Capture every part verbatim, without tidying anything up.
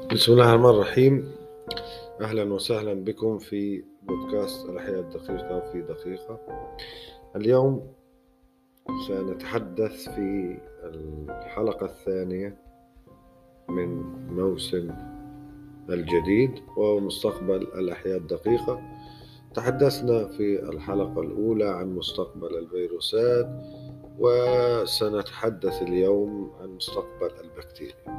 بسم الله الرحمن الرحيم. أهلا وسهلا بكم في بودكاست الأحياء الدقيقة في دقيقة. اليوم سنتحدث في الحلقة الثانية من موسم الجديد ومستقبل الأحياء الدقيقة. تحدثنا في الحلقة الأولى عن مستقبل الفيروسات، وسنتحدث اليوم عن مستقبل البكتيريا.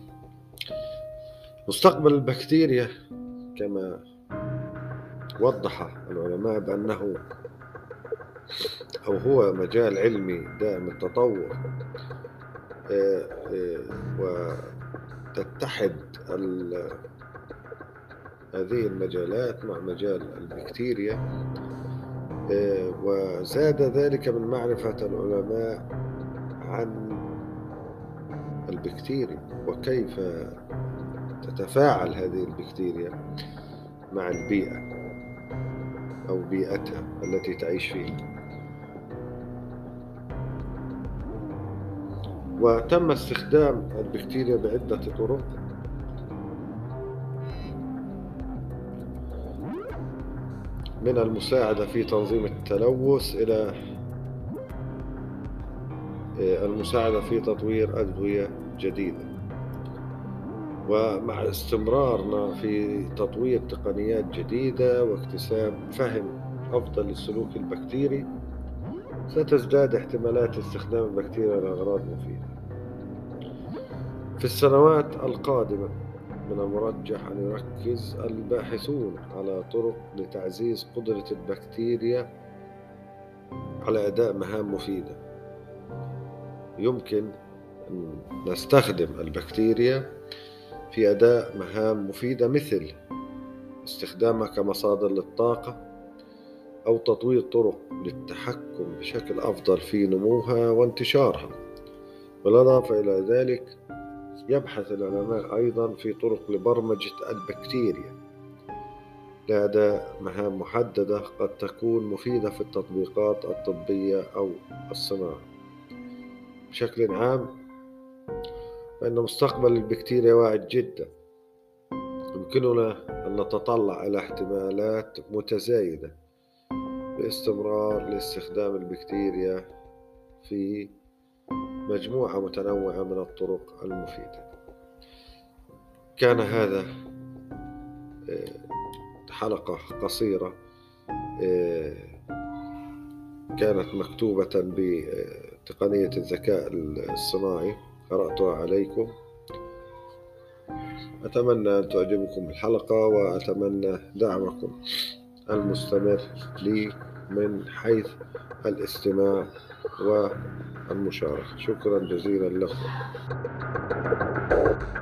مستقبل البكتيريا كما وضح العلماء بأنه أو هو مجال علمي دائم التطور، وتتحد هذه المجالات مع مجال البكتيريا، وزاد ذلك من معرفة العلماء عن البكتيريا وكيف تتفاعل هذه البكتيريا مع البيئة أو بيئتها التي تعيش فيها. وتم استخدام البكتيريا بعدة طرق، من المساعدة في تنظيم التلوث إلى المساعدة في تطوير أدوية جديدة. ومع استمرارنا في تطوير تقنيات جديدة واكتساب فهم أفضل للسلوك البكتيري، ستزداد احتمالات استخدام البكتيريا لأغراض مفيدة. في السنوات القادمة من المرجح أن يركز الباحثون على طرق لتعزيز قدرة البكتيريا على أداء مهام مفيدة. يمكن أن نستخدم البكتيريا في أداء مهام مفيدة، مثل استخدامها كمصادر للطاقة أو تطوير طرق للتحكم بشكل أفضل في نموها وانتشارها. بالإضافة إلى ذلك، يبحث العلماء أيضا في طرق لبرمجة البكتيريا لأداء مهام محددة قد تكون مفيدة في التطبيقات الطبية أو الصناعة. بشكل عام، فإن مستقبل البكتيريا واعد جدا. يمكننا أن نتطلع إلى احتمالات متزايدة باستمرار لاستخدام البكتيريا في مجموعة متنوعة من الطرق المفيدة. كان هذا حلقة قصيرة كانت مكتوبة بتقنية الذكاء الصناعي، قرأتها عليكم. أتمنى أن تعجبكم الحلقة، وأتمنى دعمكم المستمر لي من حيث الاستماع والمشاركة. شكرا جزيلا لكم.